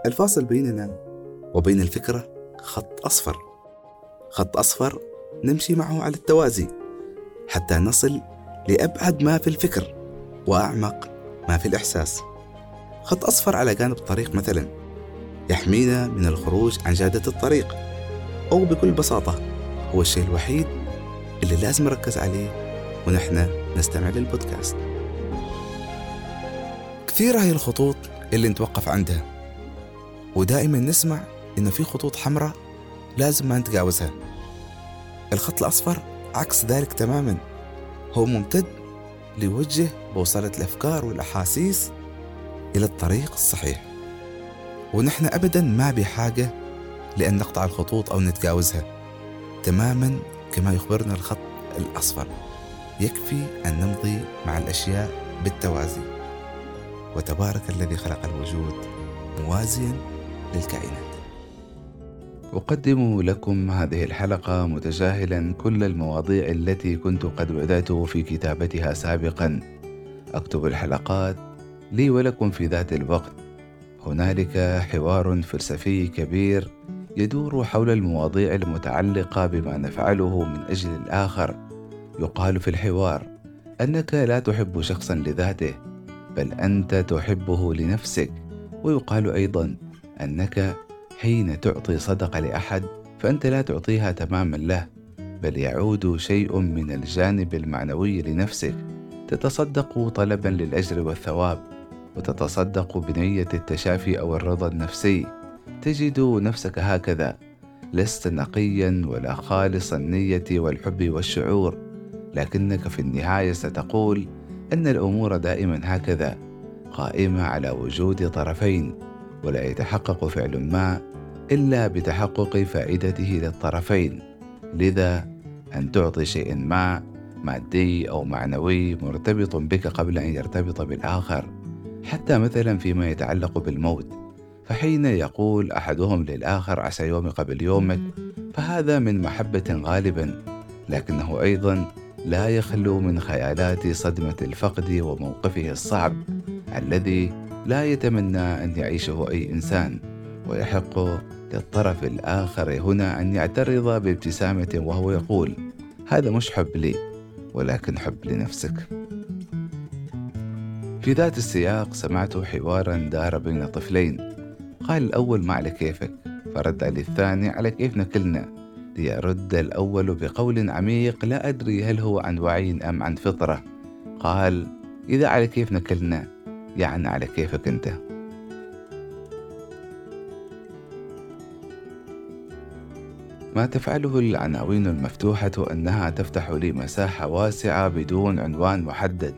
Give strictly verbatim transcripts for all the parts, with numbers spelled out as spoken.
الفاصل بيننا وبين الفكرة خط أصفر، خط أصفر نمشي معه على التوازي حتى نصل لأبعد ما في الفكر وأعمق ما في الإحساس. خط أصفر على جانب الطريق مثلا يحمينا من الخروج عن جادة الطريق، أو بكل بساطة هو الشيء الوحيد اللي لازم نركز عليه ونحن نستمع للبودكاست. كثيرة هي الخطوط اللي نتوقف عندها، ودائما نسمع إنه في خطوط حمراء لازم ما نتجاوزها. الخط الأصفر عكس ذلك تماما، هو ممتد ليوجه بوصلة الأفكار والأحاسيس إلى الطريق الصحيح، ونحن أبدا ما بحاجة لأن نقطع الخطوط أو نتجاوزها، تماما كما يخبرنا الخط الأصفر. يكفي أن نمضي مع الأشياء بالتوازي، وتبارك الذي خلق الوجود موازيا للكائنات. أقدم لكم هذه الحلقة متجاهلا كل المواضيع التي كنت قد بدأت في كتابتها سابقا. أكتب الحلقات لي ولكم في ذات الوقت. هنالك حوار فلسفي كبير يدور حول المواضيع المتعلقة بما نفعله من أجل الآخر. يقال في الحوار أنك لا تحب شخصا لذاته، بل أنت تحبه لنفسك. ويقال أيضا أنك حين تعطي صدقة لأحد فأنت لا تعطيها تماما له، بل يعود شيء من الجانب المعنوي لنفسك. تتصدق طلبا للأجر والثواب، وتتصدق بنية التشافي أو الرضا النفسي. تجد نفسك هكذا، لست نقيا ولا خالص النية والحب والشعور، لكنك في النهاية ستقول أن الأمور دائما هكذا، قائمة على وجود طرفين، ولا يتحقق فعل ما إلا بتحقق فائدته للطرفين. لذا أن تعطي شيء ما مادي أو معنوي مرتبط بك قبل أن يرتبط بالآخر، حتى مثلا فيما يتعلق بالموت، فحين يقول أحدهم للآخر عسى يومي قبل يومك، فهذا من محبة غالبا، لكنه أيضا لا يخلو من خيالات صدمة الفقد وموقفه الصعب الذي لا يتمنى أن يعيشه أي إنسان. ويحق للطرف الآخر هنا أن يعترض بابتسامة وهو يقول هذا مش حب لي، ولكن حب لنفسك. في ذات السياق سمعت حوارا دار بين طفلين. قال الأول ما على كيفك، فرد على الثاني على كيفنا كلنا، ليرد الأول بقول عميق لا أدري هل هو عن وعي أم عن فطرة. قال إذا على كيفنا كلنا يعني على كيفك أنت. ما تفعله العناوين المفتوحة أنها تفتح لي مساحة واسعة بدون عنوان محدد،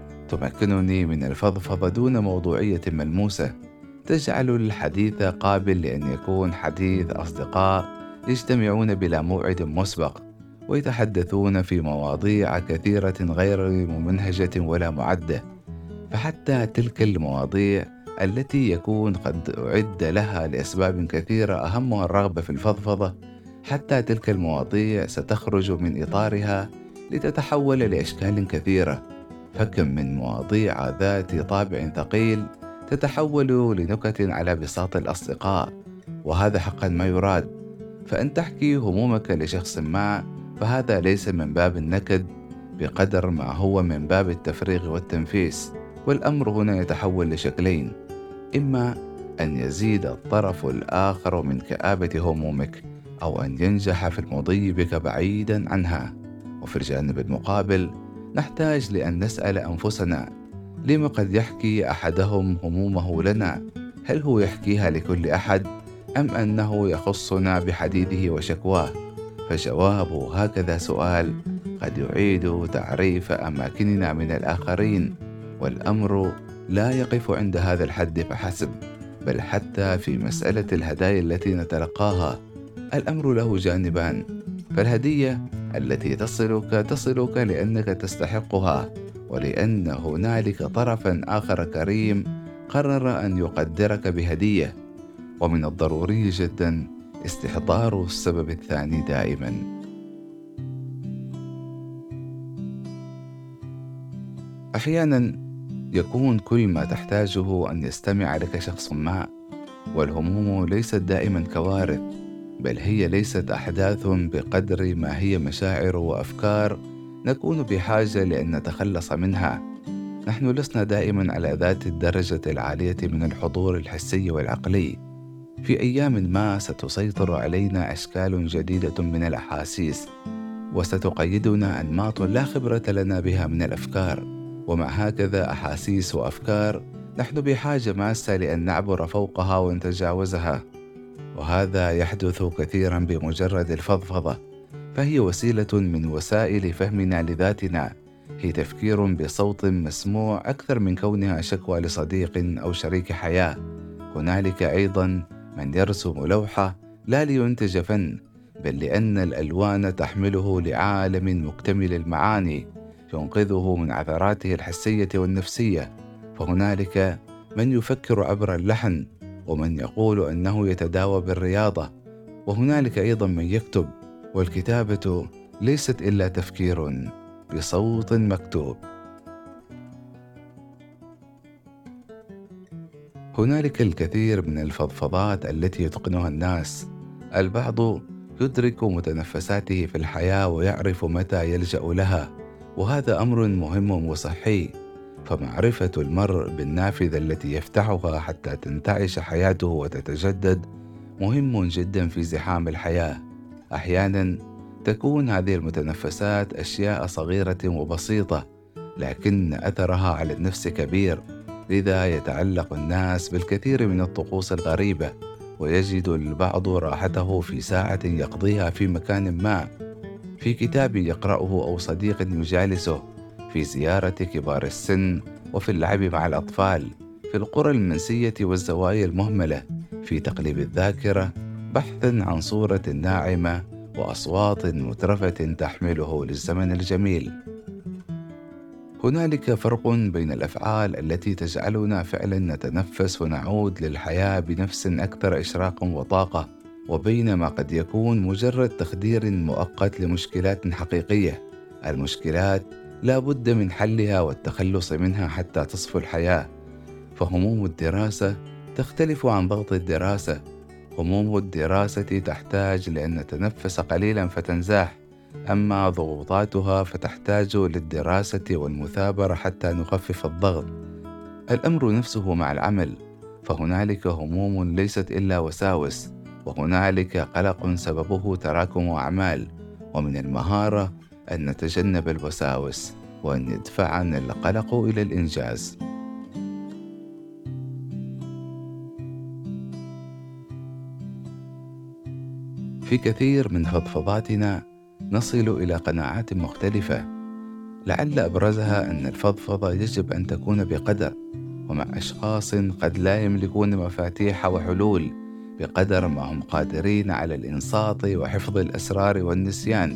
تمكنني من الفضفضة دون موضوعية ملموسة، تجعل الحديث قابل لأن يكون حديث أصدقاء يجتمعون بلا موعد مسبق ويتحدثون في مواضيع كثيرة غير ممنهجة ولا معدة. فحتى تلك المواضيع التي يكون قد أعد لها لأسباب كثيرة أهمها الرغبة في الفضفضة، حتى تلك المواضيع ستخرج من إطارها لتتحول لأشكال كثيرة. فكم من مواضيع ذات طابع ثقيل تتحول لنكت على بساط الأصدقاء، وهذا حقا ما يراد. فأن تحكي همومك لشخص ما فهذا ليس من باب النكد بقدر ما هو من باب التفريغ والتنفيس. والأمر هنا يتحول لشكلين: إما أن يزيد الطرف الآخر من كآبة همومك، أو أن ينجح في المضي بك بعيدا عنها. وفي الجانب المقابل نحتاج لأن نسأل أنفسنا لما قد يحكي أحدهم همومه لنا؟ هل هو يحكيها لكل أحد، أم أنه يخصنا بحديثه وشكواه؟ فجواب هكذا سؤال قد يعيد تعريف أماكننا من الآخرين. والأمر لا يقف عند هذا الحد فحسب، بل حتى في مسألة الهدايا التي نتلقاها الأمر له جانبان. فالهدية التي تصلك تصلك لأنك تستحقها، ولأن هنالك طرفا آخر كريم قرر أن يقدرك بهدية. ومن الضروري جدا استحضار السبب الثاني دائما. أحيانا يكون كل ما تحتاجه أن يستمع لك شخص ما، والهموم ليست دائما كوارث، بل هي ليست أحداث بقدر ما هي مشاعر وأفكار نكون بحاجة لأن نتخلص منها. نحن لسنا دائما على ذات الدرجة العالية من الحضور الحسي والعقلي. في أيام ما ستسيطر علينا أشكال جديدة من الأحاسيس، وستقيدنا أنماط لا خبرة لنا بها من الأفكار. ومع هكذا أحاسيس وأفكار نحن بحاجة ماسة لأن نعبر فوقها ونتجاوزها، وهذا يحدث كثيرا بمجرد الفضفضة، فهي وسيلة من وسائل فهمنا لذاتنا. هي تفكير بصوت مسموع أكثر من كونها شكوى لصديق أو شريك حياة. هنالك أيضا من يرسم لوحة لا لينتج فن، بل لأن الألوان تحمله لعالم مكتمل المعاني ينقذه من عثراته الحسية والنفسية. فهنالك من يفكر عبر اللحن، ومن يقول أنه يتداوى بالرياضة، وهنالك أيضا من يكتب، والكتابة ليست إلا تفكير بصوت مكتوب. هنالك الكثير من الفضفضات التي يتقنها الناس. البعض يدرك متنفساته في الحياة ويعرف متى يلجأ لها، وهذا أمر مهم وصحي، فمعرفة المرء بالنافذة التي يفتحها حتى تنتعش حياته وتتجدد مهم جدا في زحام الحياة. أحيانا تكون هذه المتنفسات أشياء صغيرة وبسيطة، لكن أثرها على النفس كبير، لذا يتعلق الناس بالكثير من الطقوس الغريبة، ويجد البعض راحته في ساعة يقضيها في مكان ما، في كتاب يقرأه أو صديق يجالسه، في زيارة كبار السن، وفي اللعب مع الأطفال، في القرى المنسية والزوايا المهملة، في تقليب الذاكرة بحثا عن صورة ناعمة وأصوات مترفة تحمله للزمن الجميل. هنالك فرق بين الأفعال التي تجعلنا فعلا نتنفس ونعود للحياة بنفس أكثر إشراقا وطاقة، وبين ما قد يكون مجرد تخدير مؤقت لمشكلات حقيقية. المشكلات لا بد من حلها والتخلص منها حتى تصفو الحياة. فهموم الدراسة تختلف عن ضغط الدراسة. هموم الدراسة تحتاج لأن نتنفس قليلا فتنزاح، أما ضغوطاتها فتحتاج للدراسة والمثابرة حتى نخفف الضغط. الأمر نفسه مع العمل، فهنالك هموم ليست إلا وساوس، وهنالك قلق سببه تراكم أعمال، ومن المهارة أن نتجنب الوساوس وأن يدفعنا القلق إلى الإنجاز. في كثير من فضفضاتنا نصل إلى قناعات مختلفة، لعل أبرزها أن الفضفضة يجب أن تكون بقدر، ومع أشخاص قد لا يملكون مفاتيح وحلول بقدر ما هم قادرين على الإنصات وحفظ الأسرار والنسيان.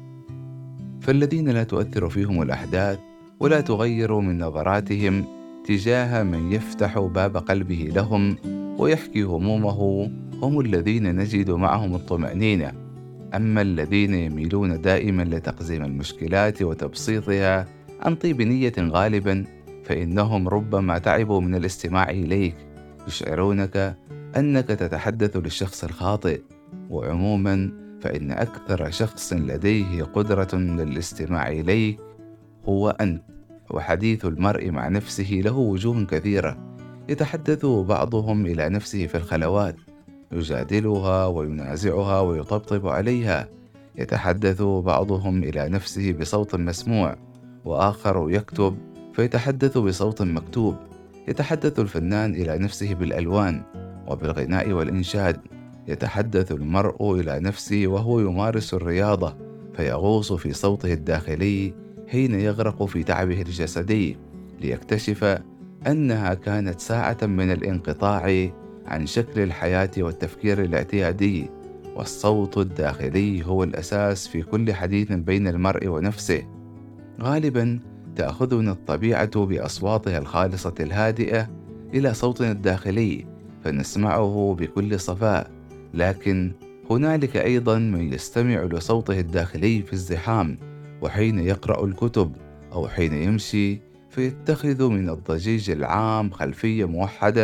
فالذين لا تؤثر فيهم الأحداث ولا تغير من نظراتهم تجاه من يفتح باب قلبه لهم ويحكي همومه هم الذين نجد معهم الطمأنينة. أما الذين يميلون دائما لتقزيم المشكلات وتبسيطها عن طيب نية غالبا، فإنهم ربما تعبوا من الاستماع إليك، يشعرونك أنك تتحدث للشخص الخاطئ. وعموما فإن أكثر شخص لديه قدرة للاستماع إليك هو أنت. وحديث المرء مع نفسه له وجوه كثيرة، يتحدث بعضهم إلى نفسه في الخلوات، يجادلها وينازعها ويطبطب عليها. يتحدث بعضهم إلى نفسه بصوت مسموع، وآخر يكتب فيتحدث بصوت مكتوب. يتحدث الفنان إلى نفسه بالألوان وبالغناء والإنشاد. يتحدث المرء إلى نفسه وهو يمارس الرياضة، فيغوص في صوته الداخلي حين يغرق في تعبه الجسدي، ليكتشف أنها كانت ساعة من الانقطاع عن شكل الحياة والتفكير الاعتيادي. والصوت الداخلي هو الأساس في كل حديث بين المرء ونفسه. غالبا تأخذنا الطبيعة بأصواتها الخالصة الهادئة إلى صوتنا الداخلي فنسمعه بكل صفاء، لكن هنالك أيضا من يستمع لصوته الداخلي في الزحام، وحين يقرأ الكتب أو حين يمشي فيتخذ من الضجيج العام خلفية موحدة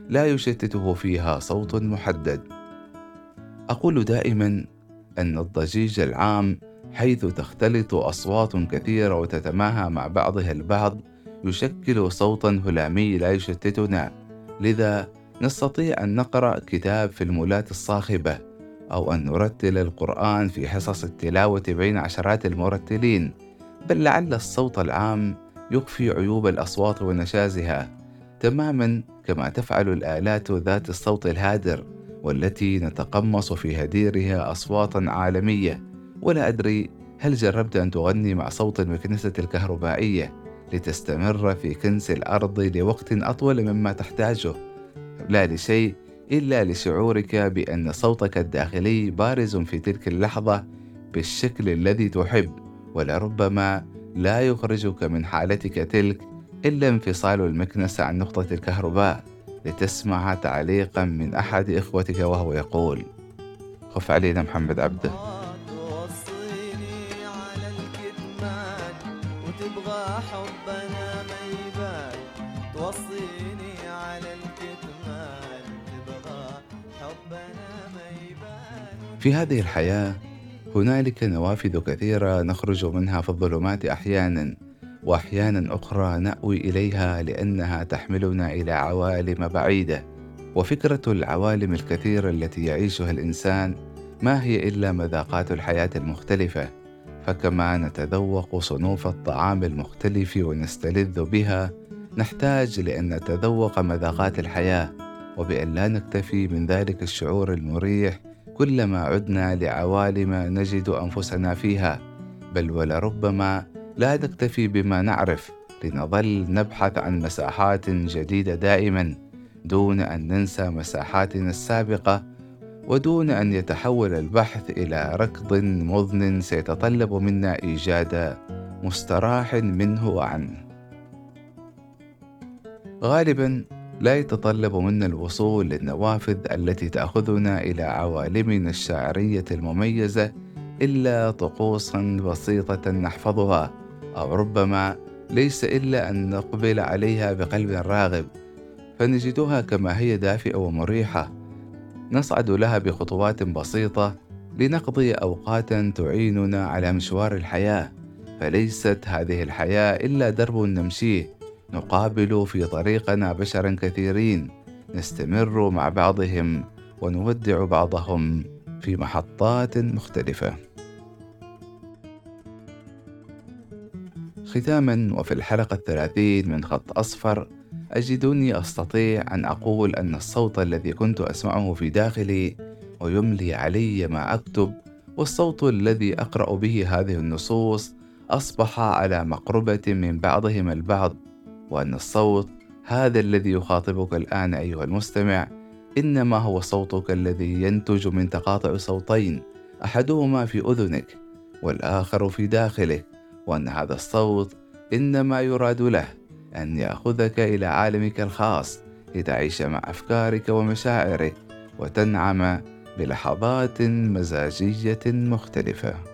لا يشتته فيها صوت محدد. أقول دائما أن الضجيج العام، حيث تختلط أصوات كثيرة وتتماهى مع بعضها البعض، يشكل صوتا هلامي لا يشتتنا. لذا نستطيع أن نقرأ كتاب في المولات الصاخبة، أو أن نرتل القرآن في حصص التلاوة بين عشرات المرتلين، بل لعل الصوت العام يخفي عيوب الأصوات ونشازها، تماما كما تفعل الآلات ذات الصوت الهادر، والتي نتقمص في هديرها أصواتا عالمية. ولا أدري، هل جربت أن تغني مع صوت المكنسة الكهربائية لتستمر في كنس الأرض لوقت أطول مما تحتاجه، لا لشيء إلا لشعورك بأن صوتك الداخلي بارز في تلك اللحظة بالشكل الذي تحب، ولربما لا يخرجك من حالتك تلك إلا انفصال المكنسة عن نقطة الكهرباء، لتسمع تعليقا من أحد إخوتك وهو يقول: خف علينا محمد عبده. توصيني على الكتمان وتبغى حبنا ما يبان، توصيني على الكتمان تبغى حبنا ما يبان. في هذه الحياة هنالك نوافذ كثيرة نخرج منها في الظلمات أحيانا، وأحيانا أخرى نأوي إليها لأنها تحملنا إلى عوالم بعيدة. وفكرة العوالم الكثيرة التي يعيشها الإنسان ما هي إلا مذاقات الحياة المختلفة، فكما نتذوق صنوف الطعام المختلف ونستلذ بها، نحتاج لأن نتذوق مذاقات الحياة، وبأن لا نكتفي من ذلك الشعور المريح كلما عدنا لعوالم نجد أنفسنا فيها، بل ولربما لا نكتفي بما نعرف، لنظل نبحث عن مساحات جديدة دائما، دون أن ننسى مساحاتنا السابقة، ودون أن يتحول البحث إلى ركض مضن سيتطلب منا إيجاد مستراح منه وعنه. غالبا لا يتطلب منا الوصول للنوافذ التي تأخذنا إلى عوالمنا الشعرية المميزة إلا طقوسا بسيطة نحفظها، أو ربما ليس إلا أن نقبل عليها بقلب راغب، فنجدها كما هي دافئة ومريحة، نصعد لها بخطوات بسيطة لنقضي أوقاتا تعيننا على مشوار الحياة. فليست هذه الحياة إلا درب نمشيه، نقابل في طريقنا بشرا كثيرين، نستمر مع بعضهم ونودع بعضهم في محطات مختلفة. ختاما، وفي الحلقة الثلاثين من خط أصفر، أجدني أستطيع أن أقول أن الصوت الذي كنت أسمعه في داخلي ويملي علي ما أكتب، والصوت الذي أقرأ به هذه النصوص، أصبح على مقربة من بعضهما البعض، وأن الصوت هذا الذي يخاطبك الآن أيها المستمع إنما هو صوتك الذي ينتج من تقاطع صوتين، أحدهما في أذنك والآخر في داخلك، وأن هذا الصوت إنما يراد له أن يأخذك إلى عالمك الخاص لتعيش مع أفكارك ومشاعرك وتنعم بلحظات مزاجية مختلفة.